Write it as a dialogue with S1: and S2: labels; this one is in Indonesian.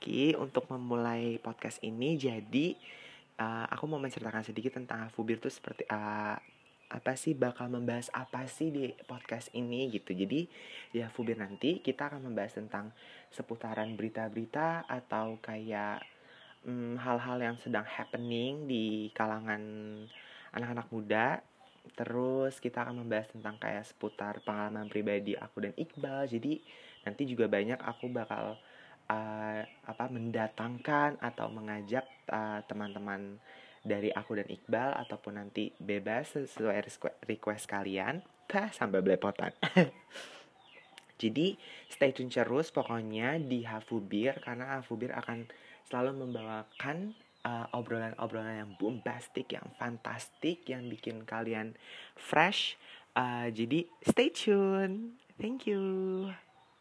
S1: untuk memulai podcast ini. Jadi aku mau menceritakan sedikit tentang Hafubir tuh seperti apa sih, bakal membahas apa sih di podcast ini gitu. Jadi di Hafubir nanti kita akan membahas tentang seputaran berita-berita atau kayak hal-hal yang sedang happening di kalangan anak-anak muda. Terus kita akan membahas tentang kayak seputar pengalaman pribadi aku dan Iqbal. Jadi nanti juga banyak aku bakal mendatangkan atau mengajak teman-teman dari aku dan Iqbal, ataupun nanti bebas sesuai request kalian. Sampai belepotan. Jadi stay tune terus pokoknya di Hafubir, karena Hafubir akan selalu membawakan obrolan-obrolan yang bombastic, yang fantastik, yang bikin kalian fresh. Jadi stay tune. Thank you.